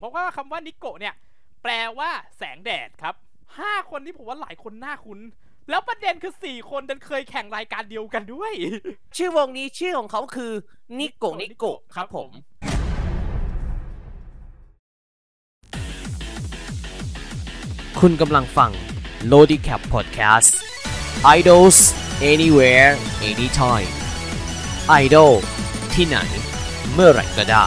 ราะว่าคำว่านิโกะเนี่ยแปลว่าแสงแดดครับ5คนนี้ผมว่าหลายคนน่าคุ้นแล้วประเด็นคือ4คนดันเคยแข่งรายการเดียวกันด้วยชื่อวงนี้ชื่อของเขาคือนิโกะครับผมคุณกำลังฟัง Lodicap Podcast Idols Anywhere Anytime Idol ที่ไหนเมื่อไหร่ก็ได้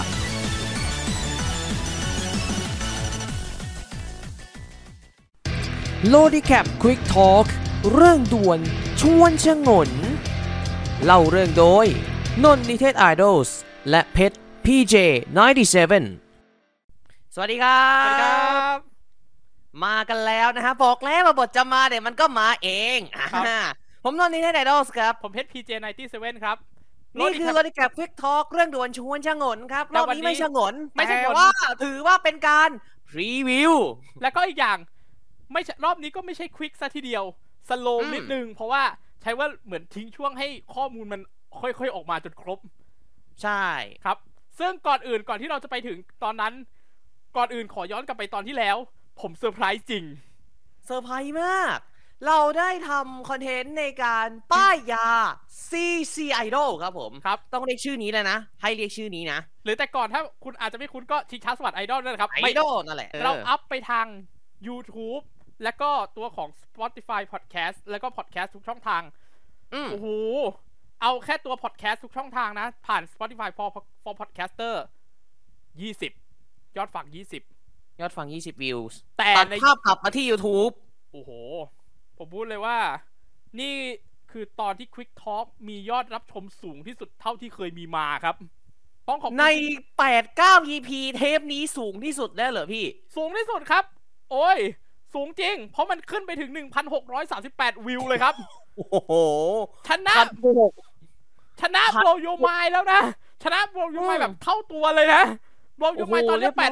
Lodicap Quick Talk เรื่องด่วนชวนชงนเล่าเรื่องโดยนนนิเทศ Idols และเพชร PJ97 สวัสดีครับมากันแล้วนะฮะบอกแล้วว่าบทจะมาเดี๋ยวมันก็มาเองผมนนนิเทศ Idols ครับผมเพชร PJ97 ครับนี่คือ Lodicap Quick Talk เรื่องด่วนชวนชงนครับรอบนี้ไม่ชงนแต่ว่าถือว่าเป็นการพรีวิวแล้วก็อีกอย่างไม่รอบนี้ก็ไม่ใช่ควิกซะทีเดียวสโลว์นิดนึงเพราะว่าใช้ว่าเหมือนทิ้งช่วงให้ข้อมูลมันค่อยๆออกมาจนครบใช่ครับซึ่งก่อนที่เราจะไปถึงตอนนั้นก่อนอื่นขอย้อนกลับไปตอนที่แล้วผมเซอร์ไพรส์จริงเซอร์ไพรส์มากเราได้ทำคอนเทนต์ในการป้ายยา CC Idol ครับผมครับต้องเรียกชื่อนี้เลยนะให้เรียกชื่อนี้นะหรือแต่ก่อนถ้าคุณอาจจะไม่คุ้นก็ชิงช้าสวรรค์ไอดอลนั่นแหละครับไอดอลนั่นแหละเราอัพไปทาง YouTube แล้วก็ตัวของ Spotify Podcast แล้วก็ Podcast ทุกช่องทางโอ้โหเอาแค่ตัว Podcast ทุกช่องทางนะผ่าน Spotify for Podcaster 20ยอดฟัง20 ยอดฟัง20วิวแต่ในภาพกลับมาที่ YouTube โอ้โหผมพูดเลยว่านี่คือตอนที่ Quick Talk มียอดรับชมสูงที่สุดเท่าที่เคยมีมาครับต้องขอบคุณใน 8-9 EP เทปนี้สูงที่สุดได้เหรอพี่สูงที่สุดครับโอ้ยสูงจริงเพราะมันขึ้นไปถึง 1,638 วิวเลยครับโอ้โหชนะโบโยไมแล้วนะชนะโบโยไมแบบเท่าตัวเลยนะโบโยไมตอนนี้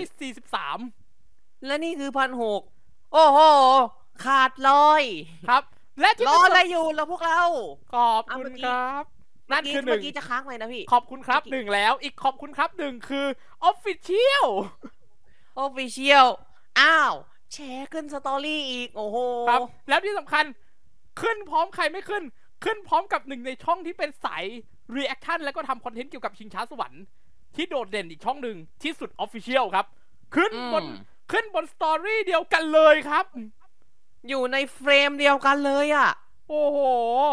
843 และนี่คือ1,600โอ้โหขาดลอยครับและที่รออะไรอยู่เราพวกเราขอบคุณครับนั่นคือเมื่อกี้จะค้างเลยนะพี่ขอบคุณครับ1แล้วอีกขอบคุณครับ1คือ Official อ้าวแชร์ขึ้นสตอรี่อีกโอ้โหครับแล้วที่สำคัญขึ้นพร้อมใครไม่ขึ้นพร้อมกับหนึ่งในช่องที่เป็นสาย reaction แล้วก็ทำคอนเทนต์เกี่ยวกับชิงช้าสวรรค์ที่โดดเด่นอีกช่องหนึ่งที่สุด Official ครับขึ้นบนสตอรี่เดียวกันเลยครับอยู่ในเฟรมเดียวกันเลยอ่ะโอ้โห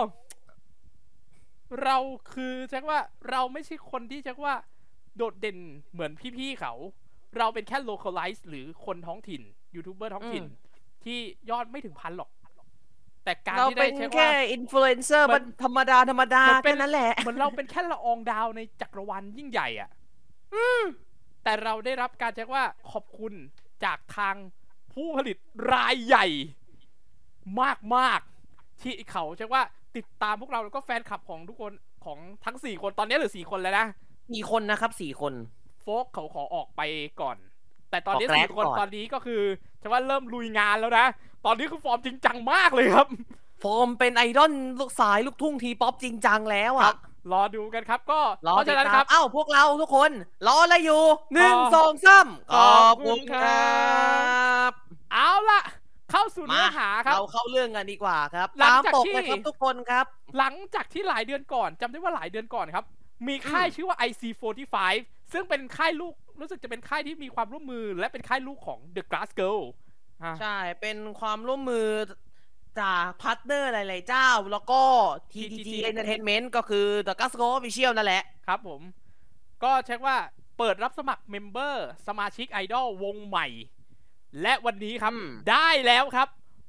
เราคือแจ็คว่าเราไม่ใช่คนที่แจ็คว่าโดดเด่นเหมือนพี่ๆเขาเราเป็นแค่ localize หรือคนท้องถิ่นยูทูบเบอร์ท้องถิ่นที่ยอดไม่ถึง1,000หรอกแต่การที่ได้เช็คว่าเราเป็นแค่อินฟลูเอนเซอร์มันธรรมดาแค่นั้นแหละเหมือนเราเป็นแค่ละอองดาวในจักรวาลยิ่งใหญ่อ่ะแต่เราได้รับการเช็คว่าขอบคุณจากทางผู้ผลิตรายใหญ่มากที่เขาเช็คว่าติดตามพวกเราแล้วก็แฟนคลับของทุกคนของทั้ง4คนตอนนี้เหลือ4คนแล้วนะ 4คนนะครับ4คนโฟกเขาขอออกไปก่อนแต่ตอนนี้4คนตอนนี้ก็คือจะว่าเริ่มลุยงานแล้วนะตอนนี้คือฟอร์มจริงจังมากเลยครับฟอร์มเป็นไอดอลลูกสายลูกทุ่งทีป๊อปจริงจังแล้วอ่ะรอดูกันครับก็เพราะฉะนั้นครับพวกเราทุกคนรออะไรอยู่1 2 3ขอบคุณครับเอาล่ะเข้าสู่เนื้อหาครับเราเข้าเรื่องกันดีกว่าครับตามปกเลยครับทุกคนครับหลังจากที่หลายเดือนก่อนจำได้ว่าหลายเดือนก่อนครับมีค่ายชื่อว่า IC45 ซึ่งเป็นค่ายลูกรู้สึกจะเป็นค่ายที่มีความร่วมมือและเป็นค่ายลูกของ The Glass Girl ใช่เป็นความร่วมมือจากพาร์ทเนอร์หลายๆเจ้าแล้วก็ TTG Entertainment ก็คือ The Glass Girl Official นั่นแหละครับผมก็เช็คว่าเปิดรับสมัครเมมเบอร์สมาชิกไอดอลวงใหม่และวันนี้ครับได้แล้วครับ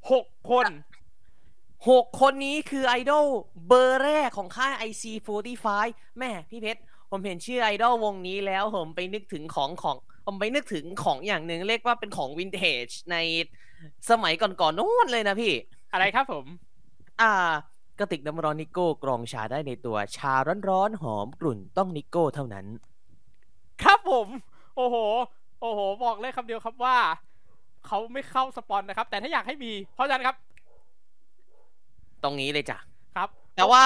6คนนี้คือไอดอลเบอร์แรกของค่าย IC45 แม่พี่เพชรผมเห็นชื่อไอดอลวงนี้แล้วผมไปนึกถึงของอย่างหนึ่งเรียกว่าเป็นของวินเทจในสมัยก่อนๆนู้นเลยนะพี่อะไรครับผมกระติกน้ำร้อนนิโก้กรองชาได้ในตัวชาร้อนๆหอมกลุ่นต้องนิโก้เท่านั้นครับผมโอ้โหบอกเลยคำเดียวครับว่าเขาไม่เข้าสปอนนะครับแต่ถ้าอยากให้มีเพราะฉะนั้นครับตรงนี้เลยจ้ะครับแต่ว่า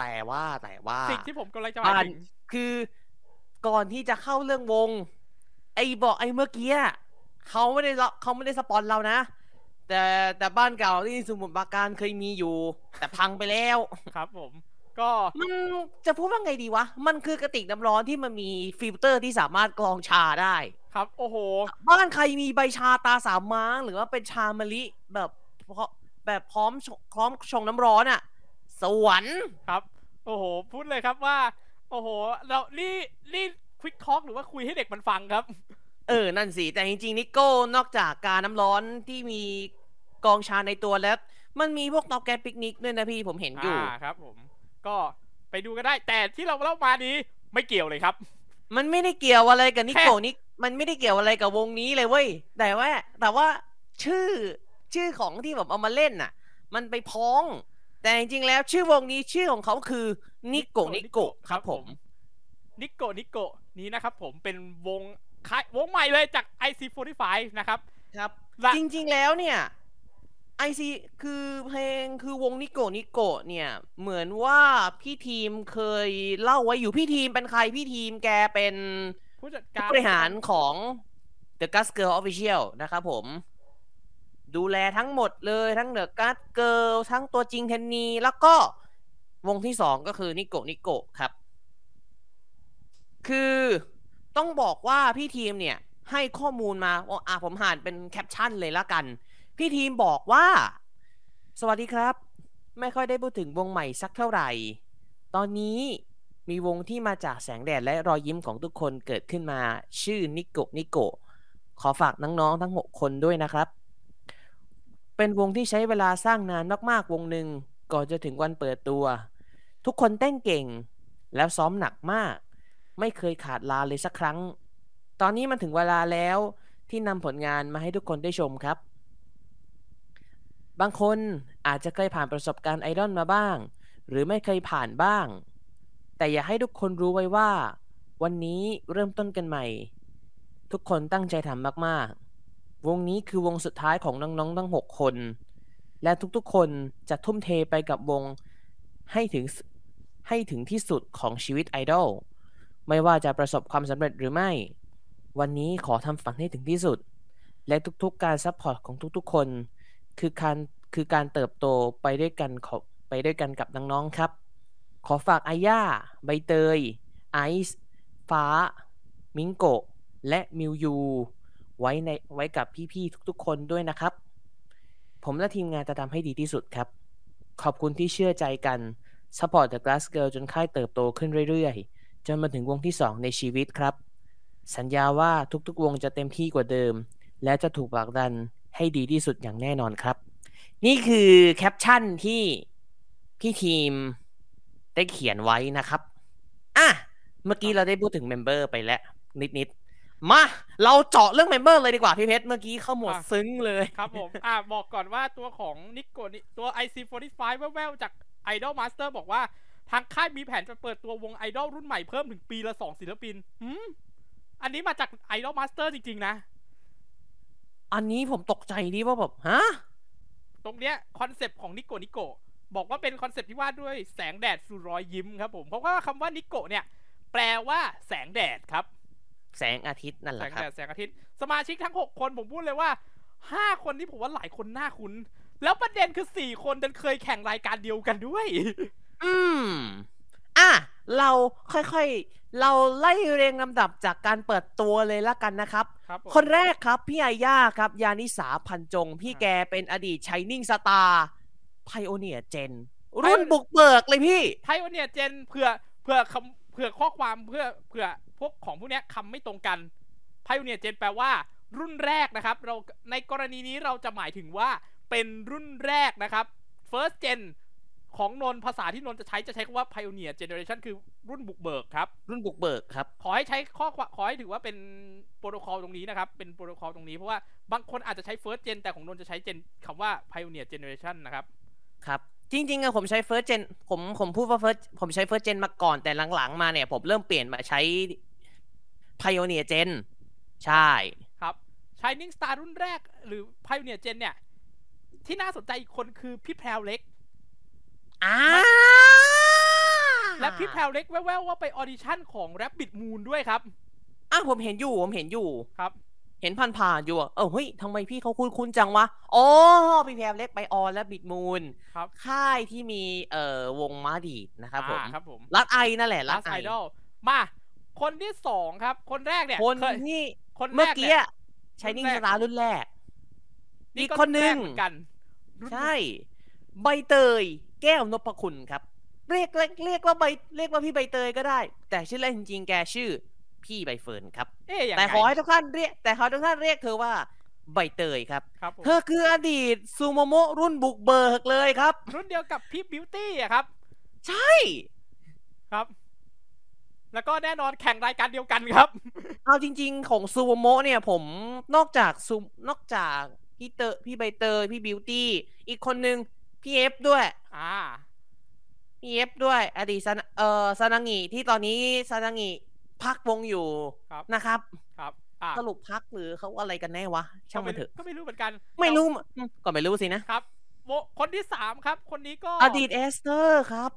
สิ่งที่ผมกำลังจะบอกคือก่อนที่จะเข้าเรื่องวงไอ้เมื่อกี้เขาไม่ได้สปอนเรานะแต่บ้านเก่าที่สมุทรปราการเคยมีอยู่แต่พังไปแล้วครับผมก็มันจะพูดว่าไงดีวะมันคือกระติกน้ำร้อนที่มันมีฟิลเตอร์ที่สามารถกรองชาได้ครับโอ้โหบ้านใครมีใบชาตาสามม้าหรือว่าเป็นชามะลิแบบพร้อมชงน้ำร้อนอะสวรรค์ครับโอ้โหพูดเลยครับว่าโอ้โหเรานี่ควิกทอล์กหรือว่าคุยให้เด็กมันฟังครับนั่นสิแต่จริงๆนิโก้นอกจากการน้ำร้อนที่มีกรองชาในตัวแล้วมันมีพวกเตาแก๊สปิกนิกด้วยนะพี่ผมเห็นอยู่ครับผมก็ไปดูกันได้แต่ที่เราเล่ามานี้ไม่เกี่ยวเลยครับมันไม่ได้เกี่ยวอะไรกับนิโก้นิมันไม่ได้เกี่ยวอะไรกับวงนี้เลยเว้ยแต่ว่าชื่อของที่แบบเอามาเล่นน่ะมันไปพ้องแต่จริงๆแล้วชื่อวงนี้ชื่อของเขาคือนิโก้ครับผมนิโก้นี้นะครับผมเป็นวงใหม่เลยจาก IC45 นะครับครับจริงๆแล้วเนี่ยICคือเพลงคือวงนิโก้เนี่ยเหมือนว่าพี่ทีมเคยเล่าไว้อยู่พี่ทีมเป็นใครพี่ทีมแกเป็นผู้จัดการบริหารของ The Gus Girl Official นะครับผมดูแลทั้งหมดเลยทั้ง The Gus Girl ทั้งตัวจริงเทนนีแล้วก็วงที่2ก็คือนิโก้ครับคือต้องบอกว่าพี่ทีมเนี่ยให้ข้อมูลมาผมอ่านเป็นแคปชั่นเลยละกันพี่ทีมบอกว่าสวัสดีครับไม่ค่อยได้พูดถึงวงใหม่สักเท่าไหร่ตอนนี้มีวงที่มาจากแสงแดดและรอยยิ้มของทุกคนเกิดขึ้นมาชื่อนิโก้ขอฝากน้องๆทั้ง6คนด้วยนะครับเป็นวงที่ใช้เวลาสร้างนานมากๆวงหนึ่งก่อนจะถึงวันเปิดตัวทุกคนเต้นเก่งแล้วซ้อมหนักมากไม่เคยขาดลาเลยสักครั้งตอนนี้มันถึงเวลาแล้วที่นำผลงานมาให้ทุกคนได้ชมครับบางคนอาจจะเคยผ่านประสบการณ์ไอดอลมาบ้างหรือไม่เคยผ่านบ้างแต่อยากให้ทุกคนรู้ไว้ว่าวันนี้เริ่มต้นกันใหม่ทุกคนตั้งใจทำมากๆวงนี้คือวงสุดท้ายของน้องๆทั้ง6คนและทุกๆคนจะทุ่มเทไปกับวงให้ถึงที่สุดของชีวิตไอดอลไม่ว่าจะประสบความสำเร็จหรือไม่วันนี้ขอทำฝันให้ถึงที่สุดและทุกๆการซัพพอร์ตของทุกๆคนคือการเติบโตไปด้วยกันกับน้องๆครับขอฝากอาย่าใบเตยไอซ์ฟ้ามิงโกะและมิวยูไว้กับพี่ๆทุกๆคนด้วยนะครับผมและทีมงานจะทำให้ดีที่สุดครับขอบคุณที่เชื่อใจกันซัพพอร์ต The Glass Girl จนค่ายเติบโตขึ้นเรื่อยๆจนมาถึงวงที่2ในชีวิตครับสัญญาว่าทุกๆวงจะเต็มที่กว่าเดิมและจะถูกผลักดันให้ดีที่สุดอย่างแน่นอนครับนี่คือแคปชั่นที่พี่ทีมได้เขียนไว้นะครับเมื่อกี้เราได้พูดถึงเมมเบอร์ไปแล้วนิดมาเราเจาะเรื่องเมมเบอร์เลยดีกว่าพี่เพชรเมื่อกี้เข้าหมดซึ้งเลยครับผมบอกก่อนว่าตัวของนิโก้ตัว IC45 แว่วๆจาก Idol Master บอกว่าทางค่ายมีแผนจะเปิดตัววงไอดอลรุ่นใหม่เพิ่มถึงปีละ2ศิลปินอันนี้มาจาก Idol Master จริงๆนะอันนี้ผมตกใจดิว่าแบบฮะตรงเนี้ยคอนเซปต์ของนิโก้บอกว่าเป็นคอนเซปต์ที่ว่าด้วยแสงแดดสู่รอยยิ้มครับผมเพราะว่าคำว่านิโก้เนี่ยแปลว่าแสงแดดครับแสงอาทิตย์นั่นแหละครับแสงอาทิตย์สมาชิกทั้ง6คนผมพูดเลยว่า5คนที่ผมว่าหลายคนน่าคุ้นแล้วประเด็นคือ4คนดันเคยแข่งรายการเดียวกันด้วยเราค่อยๆเราไล่เรียงลำดับจากการเปิดตัวเลยละกันนะครับคนแรกครับพี่อาย่าครับยานิสาพันจงพี่แกเป็นอดีตชายนิ่งสตาร์ไพโอเนียเจนรุ่นบุกเบิกเลยพี่ไพโอเนียเจนเผื่อข้อความเพื่อพวกของพวกนี้คำไม่ตรงกันไพโอเนียเจนแปลว่ารุ่นแรกนะครับเราในกรณีนี้เราจะหมายถึงว่าเป็นรุ่นแรกนะครับ first gen ของนนภาษาที่นนจะใช้คำว่า Pioneer Generation คือรุ่นบุกเบิกครับรุ่นบุกเบิกครับขอให้ใช้ขอให้ถือว่าเป็นโปรโตคอลตรงนี้นะครับเป็นโปรโตคอลตรงนี้เพราะว่าบางคนอาจจะใช้ first gen แต่ของนนจะใช้คำว่า Pioneer Generation นะครับครับจริงๆผมใช้ first gen ผมพูดว่าผมใช้ first gen มาก่อนแต่หลังๆมาเนี่ยผมเริ่มเปลี่ยนมาใช้ Pioneer Gen ใช่ครับ Shining Star รุ่นแรกหรือ Pioneer Gen เนี่ยที่น่าสนใจอีกคนคือพี่แพรวเล็กและพี่แพรวเล็กแว่วๆว่าไปออดิชั่นของ Rabbit Moon ด้วยครับผมเห็นอยู่ครับเห็นผ่านๆอยู่เฮ้ยทำไมพี่เขาคุ้นจังวะอ๋อพี่แพรเล็กไบออนและบิดมูนครับค่ายที่มีวงม้าดีดนะครับผมครับผมรัดไอนั่นแหละรัด Last ไอ Idol มาคนที่สองครับคนแรกเนี่ยคนที่เมื่อกี้ชายนิ่งสตาร์รุ่นแรกอีกคนหนึ่งเหมือนกันใช่ใบเตยแก้วนพคุณครับเรียกว่าพี่ใบเตยก็ได้แต่ชื่อเล่นจริงๆแกชื่อพี่ใบเฟิร์นครับแต่ขอให้ทุกท่านเรียกเธอว่าใบเตยครับเธอคืออดีตซูโมโมะรุ่นบุกเบิกเลยครับรุ่นเดียวกับพี่บิวตี้อะครับใช่ครับแล้วก็แน่นอนแข่งรายการเดียวกันครับเอาจริงๆของซูโมโมะเนี่ยผมนอกจากพี่ใบเตยพี่บิวตี้อีกคนนึงพี่เอฟด้วยพี่เอฟด้วยอดีตซานางิที่ตอนนี้ซานางิพักวงอยู่นะครับสรุปพักหรือเขาอะไรกันแน่วะช่างมันเถอะก็ไม่รู้เหมือนกันไม่รู้ก็ไม่รู้สินะครับคนที่3ครับคนนี้ก็อดีตเอสเตอร์ครับ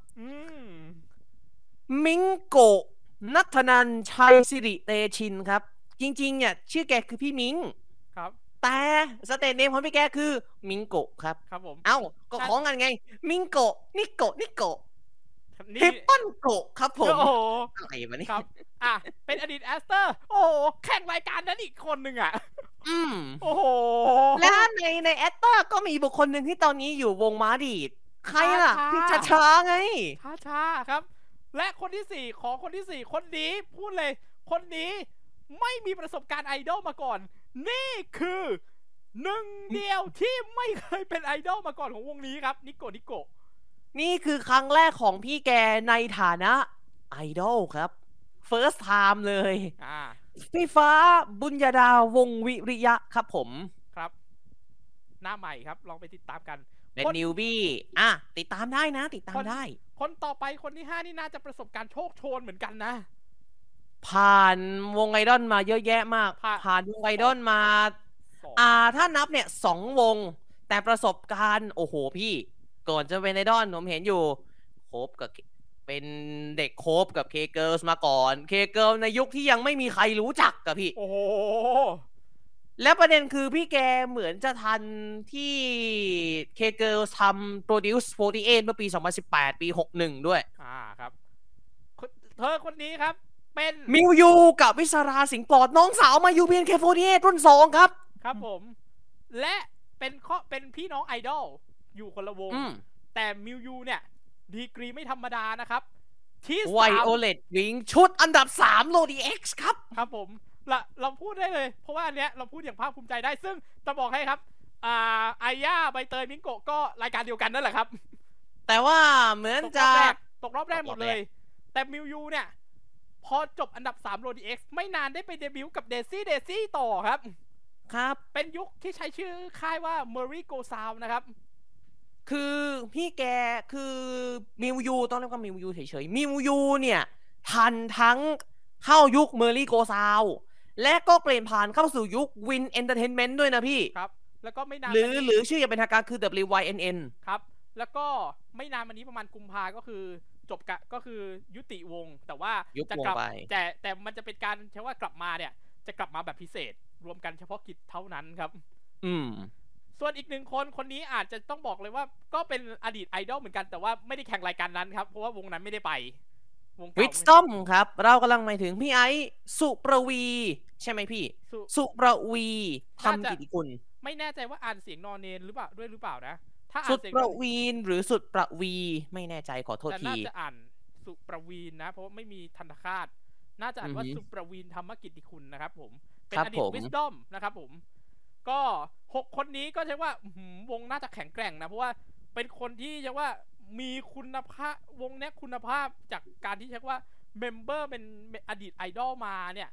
มิงโกะนัทนันชัยสิริเตชินครับจริงๆเนี่ยชื่อแกคือพี่มิงครับแต่สเตทเนมของพี่แกคือมิงโกะครับครับผมก็ของกันไงมิงโกะนิโกะฮิปปอนโกะครับผมอะไรมานี่ครับเป็นอดีตแอสเตอร์โอ้แข่งรายการนั้นอีกคนหนึ่งโอ้โหและในแอสเตอร์ก็มีบุคคลหนึ่งที่ตอนนี้อยู่วงม้าดีดใครล่ะพี่ช้าไงช้าครับและคนที่คนนี้พูดเลยคนนี้ไม่มีประสบการณ์ไอดอลมาก่อนนี่คือหนึ่งเดียวที่ไม่เคยเป็นไอดอลมาก่อนของวงนี้ครับนิโกะนี่คือครั้งแรกของพี่แกในฐานะไอดอลครับ first time เลยพี่ฟ้าบุญญาดาวงวิริยะครับผมครับหน้าใหม่ครับลองไปติดตามกันเป็นนิวบี้ติดตามได้นะติดตามได้คนต่อไปคนที่5นี่น่าจะประสบการณ์โชคโชนเหมือนกันนะผ่านวงไอดอลมาเยอะแยะมากผ่านวงไอดอลมาถ้านับเนี่ย2 วงแต่ประสบการณ์โอ้โหพี่ก่อนจะเป็นไอดอลผมเห็นอยู่โคบกับเป็นเด็กโคบกับเคเกิลส์มาก่อนเคเกิลในยุคที่ยังไม่มีใครรู้จักกับพี่โอ้โหแล้วประเด็นคือพี่แกเหมือนจะทันที่เคเกิลทำ Produce 48 เมื่อปี 2018 ปี 61 ด้วยครับเธอคนนี้ครับเป็นมิวยูกับวิสราสิงห์ปอดน้องสาวมายูเพียน K48 รุ่น 2 ครับครับผมและเป็นพี่น้องไอดอลอยู่คนละวงแต่มิวยูเนี่ยดีกรีไม่ธรรมดานะครับที่ไวโอเลตวิงชุดอันดับ3โลดีเอ็กซ์ครับครับผมเราพูดได้เลยเพราะว่าอันเนี้ยเราพูดอย่างภาคภูมิใจได้ซึ่งจะบอกให้ครับไอย่าใบเตยมิงโกะก็รายการเดียวกันนั่นแหละครับแต่ว่าเหมือนจะตกรอบแรกหมดเลยแต่มิวยูเนี่ยพอจบอันดับ3โรดีเอ็กซ์ไม่นานได้ไปเดบิวต์กับเดซี่ต่อครับเป็นยุคที่ใช้ชื่อค่ายว่า Merry Go Sound นะครับคือพี่แกคือมิวยูต้องเรียกว่ามิวยูเฉยๆมิวยูเนี่ยทันทั้งเข้ายุคเมอร์รี่โกซาวและก็เปลี่ยนผ่านเข้าสู่ยุควินเอนเตอร์เทนเมนต์ด้วยนะพี่ครับแล้วก็ไม่นานหรือชื่ออย่างเป็นทางการคือ WYNN ครับแล้วก็ไม่นานมานี้ประมาณกุมภาก็คือจบก็คือยุติวงแต่ว่าจะกลับแต่มันจะเป็นการใช้ว่ากลับมาเนี่ยจะกลับมาแบบพิเศษรวมกันเฉพาะกิจเท่านั้นครับส่วนอีกคนนี้อาจจะต้องบอกเลยว่าก็เป็นอดีตไอดอลเหมือนกันแต่ว่าไม่ได้แข่งรายการนั้นครับเพราะว่าวงนั้นไม่ได้ไปวงวิดสตอมครับเรากำลังหมายถึงพี่ไอซ์สุประวีใช่ไหมพี่สุประวีทำกิติกุลไม่แน่ใจว่าอ่านเสียงนอนเนนหรือเปล่านะถ้าสุประวีนหรือสุประวีไม่แน่ใจขอโทษทีแต่น่าจะอ่านสุประวีนนะเพราะไม่มีทันตคาตน่าจะอ่านว่าสุประวีนธรรมกิติคุณนะครับผมเป็นอดีตวิดสตอมนะครับผมก็6คนนี้ก็ใช่ว่าวงน่าจะแข็งแกร่งนะเพราะว่าเป็นคนที่ใช่ว่ามีคุณภาพวงเนี้ยคุณภาพจากการที่ใช้ว่าเมมเบอร์เป็นอดีตไอดอลมาเนี่ย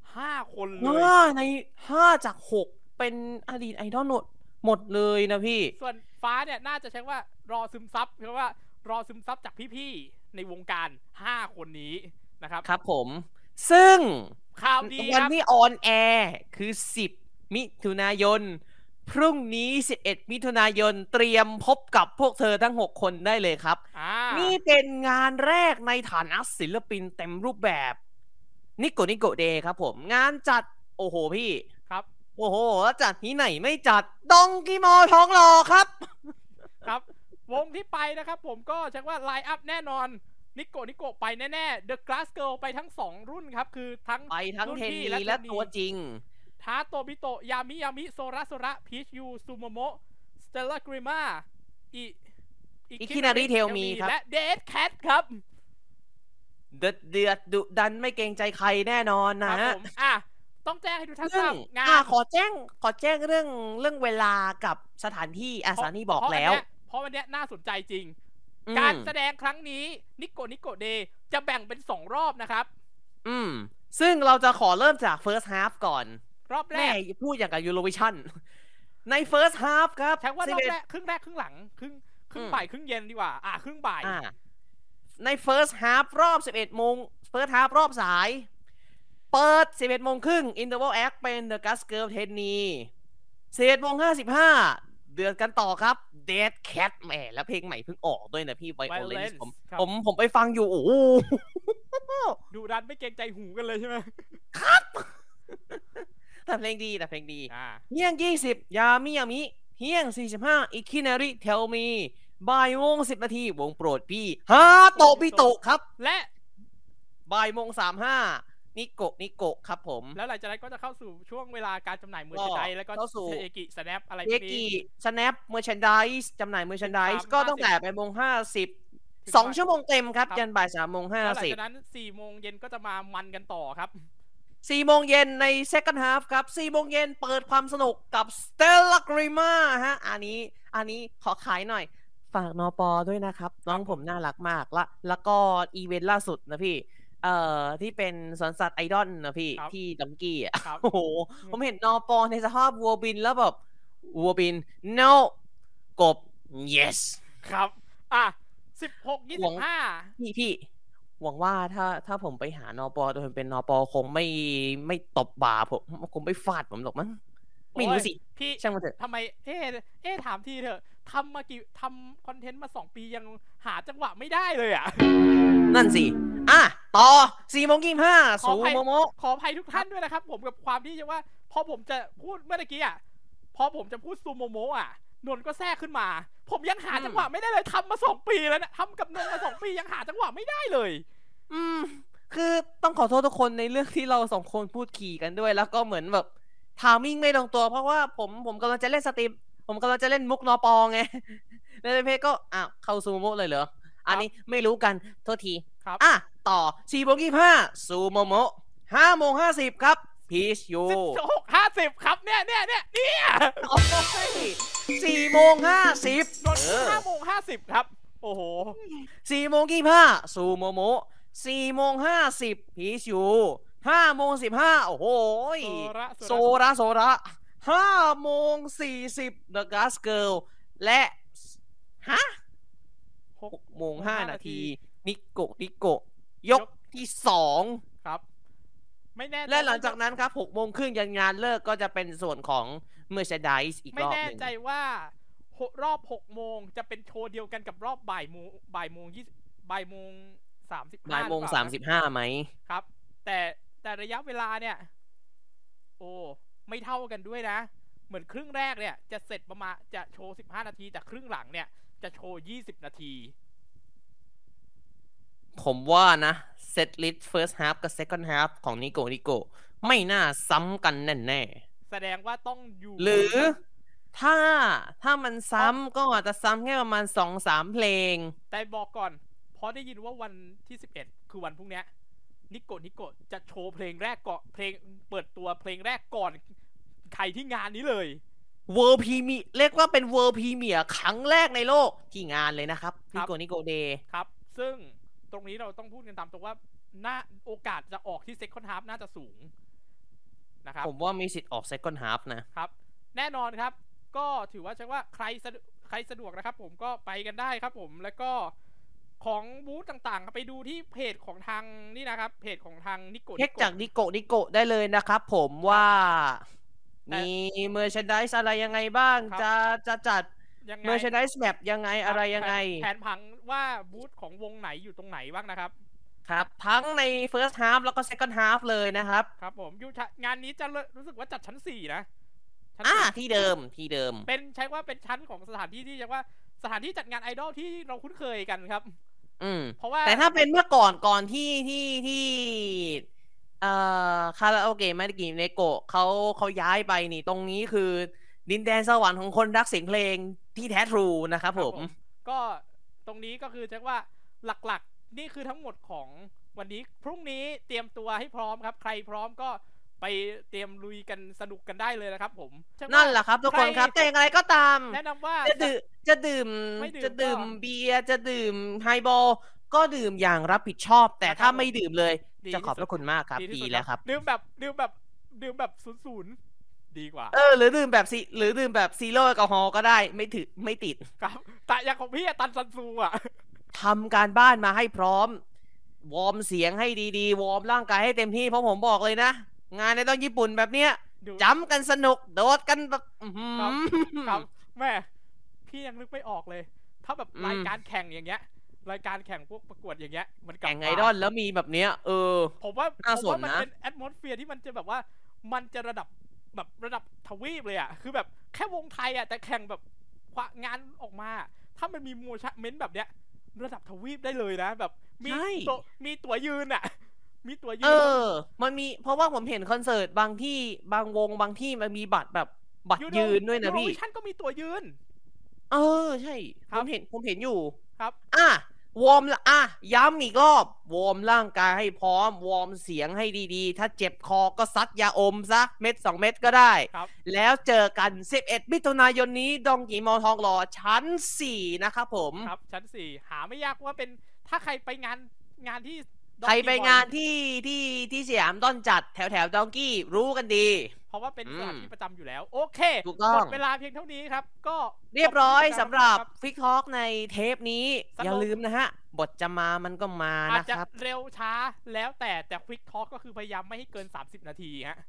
5 คนเลยใน5 จาก 6เป็นอดีตไอดอลหมดเลยนะพี่ส่วนฟ้าเนี่ยน่าจะใช้ว่ารอซึมซับเพราะว่ารอซึมซับจากพี่ๆในวงการ5 คนนี้นะครับครับผมซึ่งข่าวดีวันที่ออนแอร์คือ10 มิถุนายนพรุ่งนี้11 มิถุนายนเตรียมพบกับพวกเธอทั้ง6 คนได้เลยครับนี่เป็นงานแรกในฐานะศิลปินเต็มรูปแบบนิโกนิโกเดย์ครับผมงานจัดโอ้โหพี่ครับโอ้โหแล้วจัดที่ไหนไม่จัดดองกิมอทองหล่อครับครับ วงที่ไปนะครับผมก็เช็คว่าไลน์อัพแน่นอนนิโกไปแน่ๆ The Glass Girl ไปทั้ง2รุ่นครับคือทั้งไปทั้งรุ่นเทนพี่นีและตัวจริงทาโตบิโตะยามิโซระพีชยูซูโมโมะสเตลล่ากริมาอิคินาริเทลมีครับและเดดแคทครับเดือดดุดันไม่เกรงใจใครแน่นอนคนะรับฮะผมต้องแจ้งให้ทุกท่านทเรื่ราอบ งงานขอแจ้งเรื่องเวลากับสถานที่สถานีบอกแล้วเพราะวันนี้น่าสนใจจริงอืมการแสดงครั้งนี้นิโกเดย์จะแบ่งเป็น2รอบนะครับซึ่งเราจะขอเริ่มจาก first half ก่อนรอบแรแม่กพูดอย่างกับ Eurovision ใน first half ครับใช้ว่ารอบแรกครึ่งแรกครึ่งหลังครึ่งบ่ายครึ่งเย็นดีกว่าครึ่งบ่ายใน first half รอบ 11 โมง first half รอบสาย เปิด 11 โมงครึ่ง interval act เป็น The Glass Girl เทนนี11 โมง 55 เดือดกันต่อครับ Dead Cat แหมแล้วเพลงใหม่เพิ่งออกด้วยนะพี่ Violence ผมไปฟังอยู่ โอ้โหดูดันไม่เกรงใจหูกันเลยใช่ไหมแต่เพลงดีเที่ยง 20 ยามิเที่ยง 45 Ikinari Tell Me บ่ายโมง 10 นาทีวงโปรดพี่ฮาโตบิโตะครับและบ่ายโมง 35 นิโกะครับผมแล้วหลังจากนั้นก็จะเข้าสู่ช่วงเวลาการจำหน่ายเมอร์ชไดแล้วก็เข้าสู่เอกิสแนปอะไรพเอวกนี้กิสแนปเมอร์ชันดิสจำหน่ายเมอร์ชันดิส 13 ก็ตั้งแต่8 โมง 50 2 ชั่วโมงเต็มครับ ยันบ่าย3 โมงแล้วหลัง 50 จากนั้น4 โมงเย็นก็จะมามันกันต่อครับ 4 โมงเย็นใน second half ครับ 4 โมงเย็นเปิดความสนุกกับ Stella Grima ฮะ อันนี้ขอขายหน่อย ฝากนปด้วยนะครับ น้องผมน่ารักมากแล้วก็อีเวนต์ล่าสุดนะพี่ ที่เป็นสวนสัตว์ไอดอลนะพี่ครับที่ดัมกี้อ่ะครับโอ้โห ผมเห็นนปในสภาพวัวบินแล้วแบบวัวบิน no กบ yes ครับ16 25 พี่หวังว่าถ้าผมไปหานปโดยเป็นนปคงไม่ตบบ่าผมคงไม่ฟาดผมหรอกมั้งไม่รู้สิพี่ช่างมันเถอะทำไมถามทีเถอะทำคอนเทนต์มา2 ปียังหาจังหวะไม่ได้เลยอ่ะนั่นสิต่อ4 โมง 25สูโมโมขออภัยทุกท่านด้วยนะครับ ผมกับความที่จะว่าพอผมจะพูดเมื่อกี้พอผมจะพูดซูโมโมนนท์ก็แทรกขึ้นมา ผมยังหาจังหวะไม่ได้เลยทำมา2 ปีแล้วนะทำกับนนท์มา2 ปียังหาจังหวะไม่ได้เลยคือต้องขอโทษทุกคนในเรื่องที่เรา2 คนพูดขี่กันด้วย แล้วก็เหมือนแบบทามิ่งไม่ลงตัว เพราะว่าผมกำลังจะเล่นสตรีมผมกำลังจะเล่นมุกนปไงแล้วเพจก็เข้าซูโมเลยเหรออันนี้ไม่รู้กันโทษทีครับต่อ4 โมง 25ซูโมโม5 โมง 50ครับพีชยู 16 50ครับเนี่ยโอ้ย4 โมง 50 นนท์5 โมง 50ครับโอ้โห 4 โมง 25ซูโมโม4 โมง 50พีชยู5 โมง 15โอ้โหโซระ5 โมง 40 The Glass Girl และ6 โมง 5 นาทีนิโกะยกที่2 ครับไม่แน่และหลังจากนั้นครับ6 โมงครึ่งยันงานเลิกก็จะเป็นส่วนของ Merchandise อีกรอบนึงไม่แน่ใจว่ารอบ6 โมงจะเป็นโชว์เดียวกันกับรอบบ่ายโมง35 บ่ายโมง 35ไหมครับแต่ระยะเวลาเนี่ยไม่เท่ากันด้วยนะเหมือนครึ่งแรกเนี่ยจะเสร็จประมาณจะโชว์15 นาทีแต่ครึ่งหลังเนี่ยจะโชว์20 นาทีผมว่านะเซตลิสต์ first half กับ second half ของนิโกไม่น่าซ้ำกันแน่แสดงว่าต้องอยู่หรือถ้ามันซ้ำก็อาจจะซ้ำแค่ประมาณ 2-3 เพลงแต่บอกก่อนเพราะได้ยินว่าวันที่11คือวันพรุ่งนี้นิโกจะโชว์เพลงแรกก่อนเพลงเปิดตัวเพลงแรกก่อนใครที่งานนี้เลย World Premiere เรียกว่าเป็น World Premiere ครั้งแรกในโลกที่งานเลยนะครับนิโกเดย์ครับซึ่งตรงนี้เราต้องพูดกันตามตรงว่าโอกาสจะออกที่ second half น่าจะสูงนะครับผมว่ามีสิทธิ์ออก second half นะครับแน่นอนครับก็ถือว่าใช่ว่าใครสะดวกนะครับผมก็ไปกันได้ครับผมแล้วก็ของบูธต่างๆไปดูที่เพจของทางนี่นะครับเพจของทางนิโกเช็คจากนิโกได้เลยนะครับผมว่ามีเมอร์แชนไดส์อะไรยังไงบ้างจะจัดเมอร์แชนไดส์แมปยังไงอะไรยังไงแผนผังว่าบูธของวงไหนอยู่ตรงไหนบ้างนะครับครับทั้งใน first half แล้วก็ second half เลยนะครับครับผมงานนี้จะรู้สึกว่าจัดชั้น4นะชั้นที่เดิมเป็นใช้ว่าเป็นชั้นของสถานที่ที่เรียกว่าสถานที่จัดงานไอดอลที่เราคุ้นเคยกันครับเพราะว่าแต่ถ้าเป็นเมื่อก่อนที่คาราโอเกะมาดิกิเนโกะเขาย้ายไปนี่ตรงนี้คือดินแดนสวรรค์ของคนรักเสียงเพลงที่แท้ทรูนะครับผมก็ตรงนี้ก็คือเรียกว่าหลักๆนี่คือทั้งหมดของวันนี้พรุ่งนี้เตรียมตัวให้พร้อมครับใครพร้อมก็ไปเตรียมลุยกันสนุกกันได้เลยนะครับผมนั่นแหละครับทุกคนครับแต่อย่างไรก็ตามแนะนำว่าจะดื่มเบียร์จะดื่มไฮบอลก็ดื่มอย่างรับผิดชอบแต่ถ้าไม่ดื่มเลยจะขอบพระคุณมากครับดีแล้วครับดื่มแบบ0-0ดีกว่าหรือดื่มแบบซีโร่แอลกอฮอล์ก็ได้ไม่ติดครับแต่อย่างของพี่ตันซันซูอ่ะทำการบ้านมาให้พร้อมวอร์มเสียงให้ดีๆวอร์มร่างกายให้เต็มที่เพราะผมบอกเลยนะงานในต้องญี่ปุ่นแบบเนี้ยจำกันสนุกโดดกันแบบครับแม่พี่ยังนึกไม่ออกเลยถ้าแบบรายการแข่งอย่างเงี้ยรายการแข่งพวกประกวดอย่างเงี้ยมันแข่งไอดอลแล้วมีแบบเนี้ยผมว่ามันเป็นแอดมอสเฟียร์ที่มันจะแบบว่ามันจะระดับทวีปเลยอ่ะคือแบบแค่วงไทยอ่ะแต่แข่งแบบงานออกมาถ้ามันมีโมชั่นเมนต์แบบเนี้ยระดับทวีปได้เลยนะแบบมีตั๋วยืนอ่ะมีตั๋วยืนมันมีเพราะว่าผมเห็นคอนเสิร์ตบางที่บางวงบางที่มันมีบัตรแบบบัตรยืนด้วยนะพี่ฉันก็มีตั๋วยืนใช่ผมเห็นอยู่ครับวอร์มย้ำอีกรอบวอร์มร่างกายให้พร้อมวอร์มเสียงให้ดีๆถ้าเจ็บคอก็ซัดยาอมซะเม็ด2 เม็ดก็ได้แล้วเจอกัน11 มิถุนายนนี้ดองกีมอทองหล่อชั้น4นะครับผมครับชั้น4หาไม่ยากว่าเป็นถ้าใครไปงานที่ใครไปงานที่สยามต้นจัดแถวดองกี้รู้กันดีเพราะว่าเป็นสถานที่ประจำอยู่แล้วโอเคหมดเวลาเพียงเท่านี้ครับก็เรียบร้อยสำหรับฟิกทอล์กในเทปนี้อย่าลืมนะฮะบทจะมามันก็มานะครับอาจจะเร็วช้าแล้วแต่ฟิกทอล์กก็คือพยายามไม่ให้เกิน30 นาทีฮะ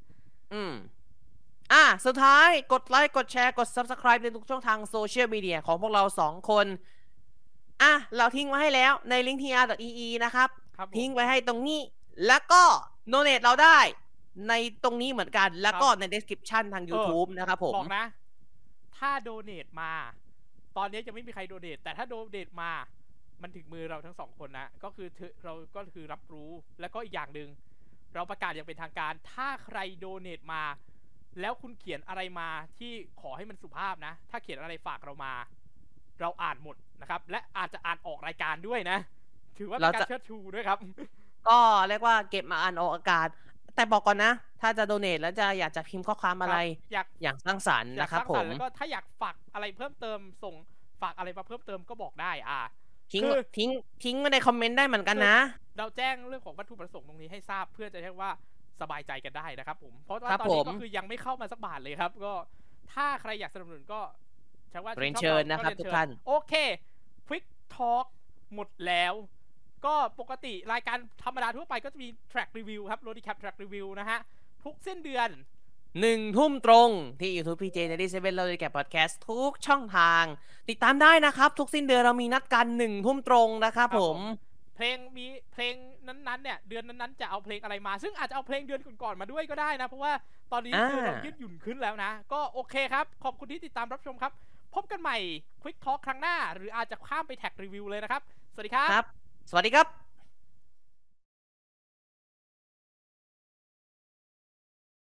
สุดท้ายกดไลค์กดแชร์กด Subscribe ในทุกช่องทางโซเชียลมีเดียของพวกเรา2 คนเราทิ้งไว้ให้แล้วในลิงก์ tr.ee นะครับทิ้งไว้ให้ตรงนี้แล้วก็โนเนตเราได้ในตรงนี้เหมือนกันแล้วก็ใน description ทาง YouTube นะครับผมบอกนะถ้าโดเนตมาตอนนี้จะไม่มีใครโดเนตแต่ถ้าโดเนตมามันถึงมือเราทั้ง2 คนนะก็คือเราก็คือรับรู้แล้วก็อีกอย่างหนึ่งเราประกาศอย่างเป็นทางการถ้าใครโดเนตมาแล้วคุณเขียนอะไรมาที่ขอให้มันสุภาพนะถ้าเขียนอะไรฝากเรามาเราอ่านหมดนะครับและอาจจะอ่านออกรายการด้วยนะถือว่าเป็นการเชิดชูด้วยครับก็เรียกว่าเก็บมาอ่านออกอากาศแต่บอกก่อนนะถ้าจะโดเนทแล้วจะอยากจะพิมพ์ข้อความอะไรอย่างสร้างสรรค์นะครับผมแล้วก็ถ้าอยากฝากอะไรเพิ่มเติมส่งฝากอะไรมาเพิ่มเติมก็บอกได้ทิ้งมาในคอมเมนต์ได้เหมือนกันนะเราแจ้งเรื่องของวัตถุประสงค์ตรงนี้ให้ทราบเพื่อจะให้ว่าสบายใจกันได้นะครับผมเพราะว่าตอนนี้ก็คือยังไม่เข้ามาสักบาทเลยครับก็ถ้าใครอยากสนับสนุนก็ใช่ว่าเรียนเชิญนะครับทุกท่านโอเคควิกทอล์กหมดแล้วก็ปกติรายการธรรมดาทั่วไปก็จะมี track review ครับ road recap track review นะฮะทุกสิ้นเดือน 1 ทุ่มตรงที่ YouTube PJ 97 เราจะแกะพอดแคสต์ทุกช่องทางติดตามได้นะครับทุกสิ้นเดือนเรามีนัดกัน1 ทุ่มตรงนะครับผมมีเพลงนั้นๆเนี่ยเดือนนั้นๆจะเอาเพลงอะไรมาซึ่งอาจจะเอาเพลงเดือนก่อนๆมาด้วยก็ได้นะเพราะว่าตอนนี้คือเรายืดหยุ่นขึ้นแล้วนะก็โอเคครับขอบคุณที่ติดตามรับชมครับพบกันใหม่ Quick Talk ครั้งหน้าหรืออาจจะข้ามไปแท็กรีวิวเลยนะครับสวัสดีครับสวัสดีครับ